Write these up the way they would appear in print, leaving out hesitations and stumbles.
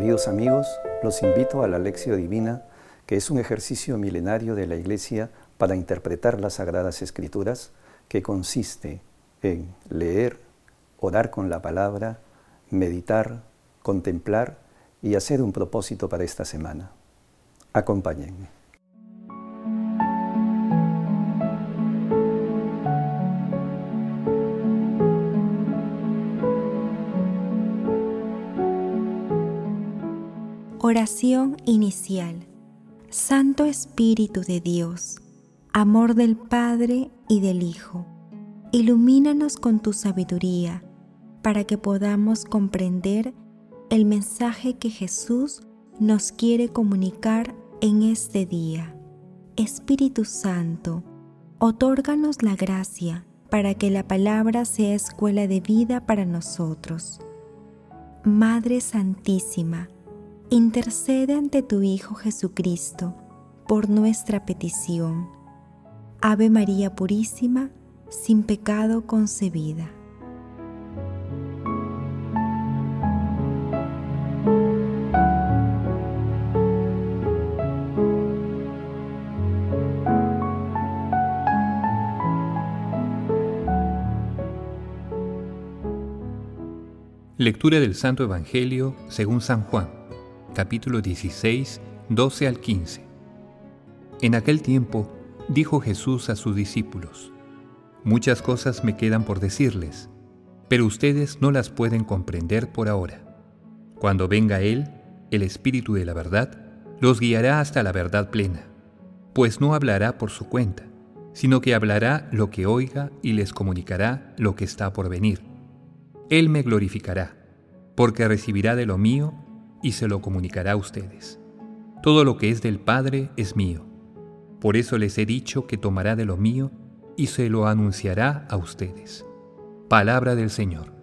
Queridos amigos, los invito a la Lectio Divina, que es un ejercicio milenario de la Iglesia para interpretar las Sagradas Escrituras, que consiste en leer, orar con la palabra, meditar, contemplar y hacer un propósito para esta semana. Acompáñenme. Oración inicial. Santo Espíritu de Dios, amor del Padre y del Hijo, ilumínanos con tu sabiduría para que podamos comprender el mensaje que Jesús nos quiere comunicar en este día. Espíritu Santo, otórganos la gracia para que la palabra sea escuela de vida para nosotros. Madre Santísima, intercede ante tu Hijo Jesucristo por nuestra petición. Ave María Purísima, sin pecado concebida. Lectura del Santo Evangelio según San Juan, capítulo 16, 12 al 15. En aquel tiempo dijo Jesús a sus discípulos: Muchas cosas me quedan por decirles, pero ustedes no las pueden comprender por ahora. Cuando venga Él, el Espíritu de la verdad, los guiará hasta la verdad plena, pues no hablará por su cuenta, sino que hablará lo que oiga y les comunicará lo que está por venir. Él me glorificará, porque recibirá de lo mío y se lo comunicará a ustedes. Todo lo que es del Padre es mío. Por eso les he dicho que tomará de lo mío y se lo anunciará a ustedes. Palabra del Señor.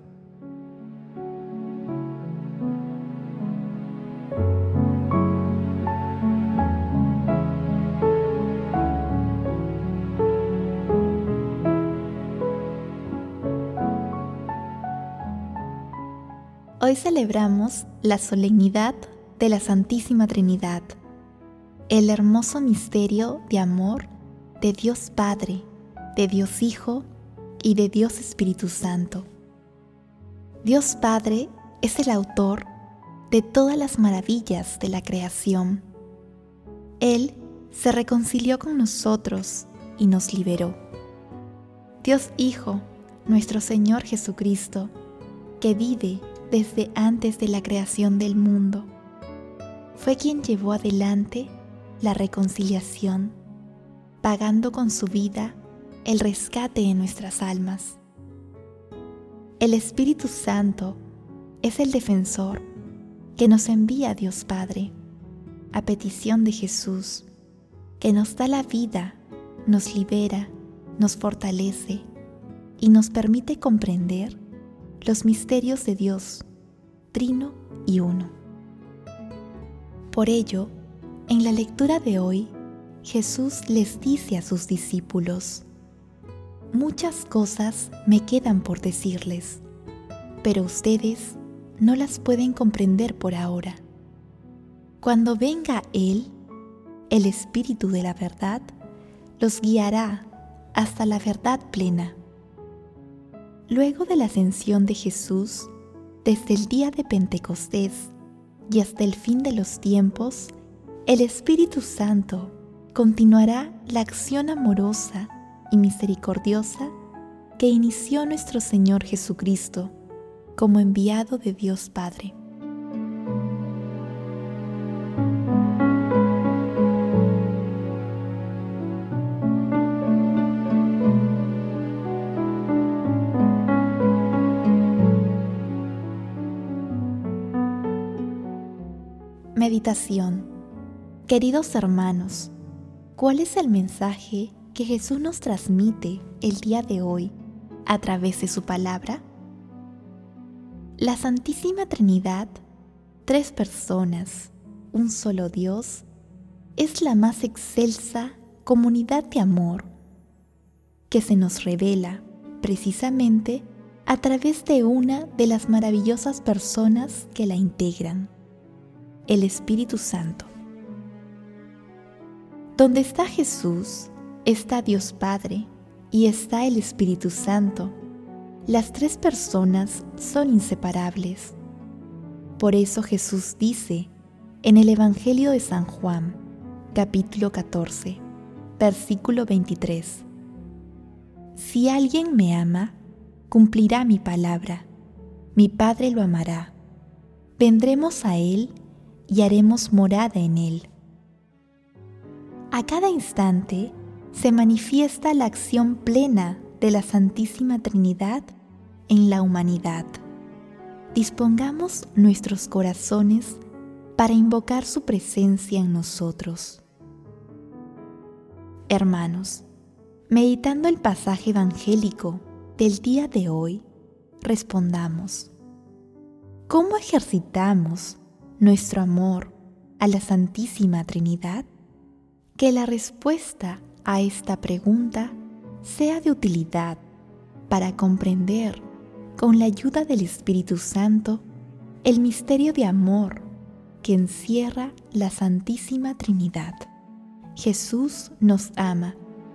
Hoy celebramos la solemnidad de la Santísima Trinidad, el hermoso misterio de amor de Dios Padre, de Dios Hijo y de Dios Espíritu Santo. Dios Padre es el autor de todas las maravillas de la creación. Él se reconcilió con nosotros y nos liberó. Dios Hijo, nuestro Señor Jesucristo, que vive desde antes de la creación del mundo, fue quien llevó adelante la reconciliación, pagando con su vida el rescate en nuestras almas. El Espíritu Santo es el defensor que nos envía Dios Padre, a petición de Jesús, que nos da la vida, nos libera, nos fortalece y nos permite comprender los misterios de Dios, Trino y Uno. Por ello, en la lectura de hoy, Jesús les dice a sus discípulos: Muchas cosas me quedan por decirles, pero ustedes no las pueden comprender por ahora. Cuando venga Él, el Espíritu de la verdad, los guiará hasta la verdad plena. Luego de la ascensión de Jesús, desde el día de Pentecostés y hasta el fin de los tiempos, el Espíritu Santo continuará la acción amorosa y misericordiosa que inició nuestro Señor Jesucristo como enviado de Dios Padre. Meditación. Queridos hermanos, ¿cuál es el mensaje que Jesús nos transmite el día de hoy a través de su palabra? La Santísima Trinidad, 3 personas, un solo Dios, es la más excelsa comunidad de amor que se nos revela precisamente a través de una de las maravillosas personas que la integran. el Espíritu Santo. Donde está Jesús, está Dios Padre y está el Espíritu Santo. Las tres personas son inseparables. Por eso Jesús dice en el Evangelio de San Juan, capítulo 14, versículo 23: Si alguien me ama, cumplirá mi palabra. Mi Padre lo amará. Vendremos a Él y haremos morada en Él. A cada instante se manifiesta la acción plena de la Santísima Trinidad en la humanidad. Dispongamos nuestros corazones para invocar su presencia en nosotros. Hermanos, meditando el pasaje evangélico del día de hoy, respondamos: ¿cómo ejercitamos nuestro amor a la Santísima Trinidad? Que la respuesta a esta pregunta sea de utilidad para comprender, con la ayuda del Espíritu Santo, el misterio de amor que encierra la Santísima Trinidad. Jesús nos ama.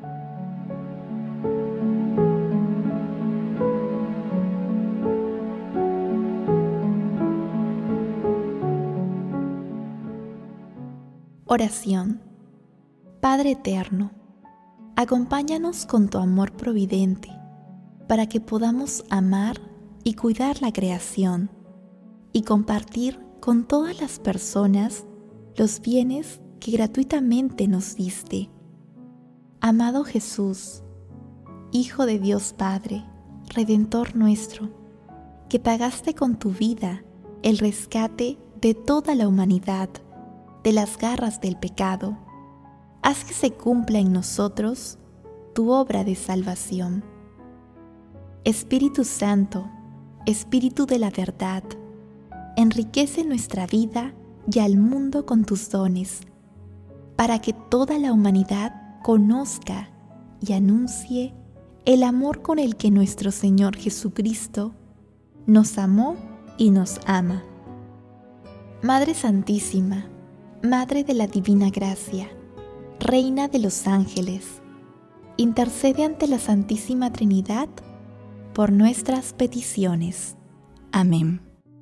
Oración. Padre eterno, acompáñanos con tu amor providente para que podamos amar y cuidar la creación y compartir con todas las personas los bienes que gratuitamente nos diste. Amado Jesús, Hijo de Dios Padre, Redentor nuestro, que pagaste con tu vida el rescate de toda la humanidad de las garras del pecado, haz que se cumpla en nosotros tu obra de salvación. Espíritu Santo, Espíritu de la verdad, enriquece nuestra vida y al mundo con tus dones, para que toda la humanidad conozca y anuncie el amor con el que nuestro Señor Jesucristo nos amó y nos ama. Madre Santísima, Madre de la Divina Gracia, Reina de los Ángeles, intercede ante la Santísima Trinidad por nuestras peticiones. Amén.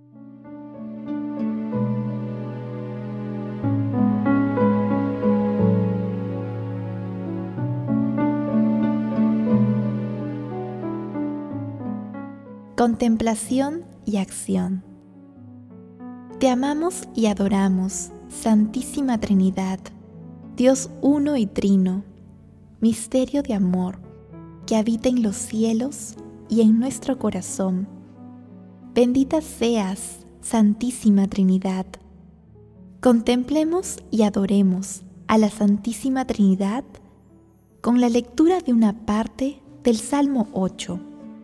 Contemplación y acción. Te amamos y adoramos, Santísima Trinidad, Dios uno y trino, misterio de amor que habita en los cielos y en nuestro corazón. Bendita seas, Santísima Trinidad. Contemplemos y adoremos a la Santísima Trinidad con la lectura de una parte del Salmo 8.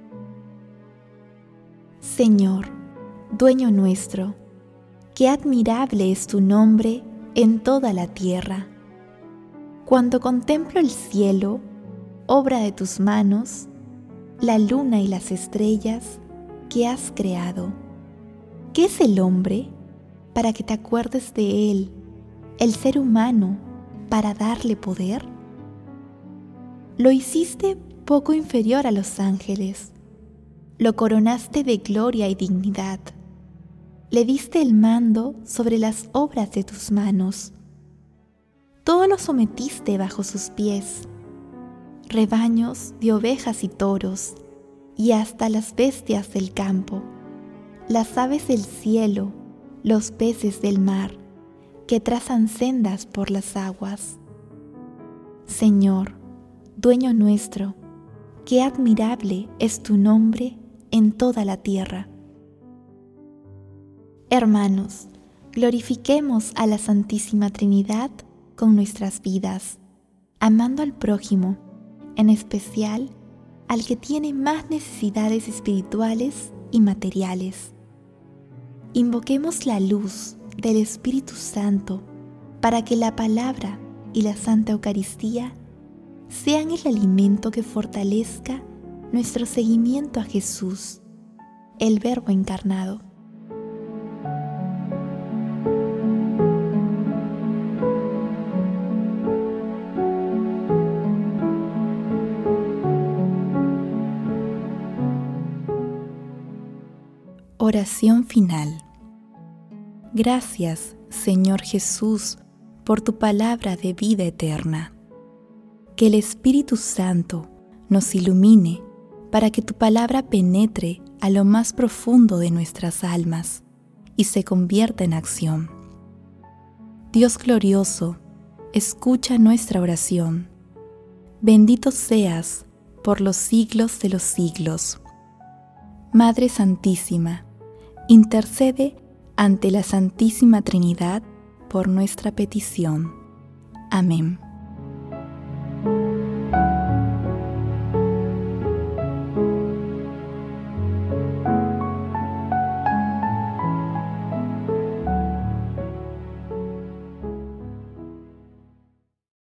Señor, dueño nuestro, qué admirable es tu nombre en toda la tierra. Cuando contemplo el cielo, obra de tus manos, la luna y las estrellas que has creado. ¿Qué es el hombre para que te acuerdes de él, el ser humano para darle poder? Lo hiciste poco inferior a los ángeles, lo coronaste de gloria y dignidad, le diste el mando sobre las obras de tus manos. Todo lo sometiste bajo sus pies, rebaños de ovejas y toros, y hasta las bestias del campo, las aves del cielo, los peces del mar, que trazan sendas por las aguas. Señor, dueño nuestro, qué admirable es tu nombre en toda la tierra. Hermanos, glorifiquemos a la Santísima Trinidad con nuestras vidas, amando al prójimo, en especial al que tiene más necesidades espirituales y materiales. Invoquemos la luz del Espíritu Santo para que la palabra y la Santa Eucaristía sean el alimento que fortalezca nuestro seguimiento a Jesús, el Verbo encarnado. Oración final. Gracias, Señor Jesús, por tu palabra de vida eterna. Que el Espíritu Santo nos ilumine para que tu palabra penetre a lo más profundo de nuestras almas y se convierta en acción. Dios glorioso, escucha nuestra oración. Bendito seas por los siglos de los siglos. Madre Santísima, intercede ante la Santísima Trinidad por nuestra petición. Amén.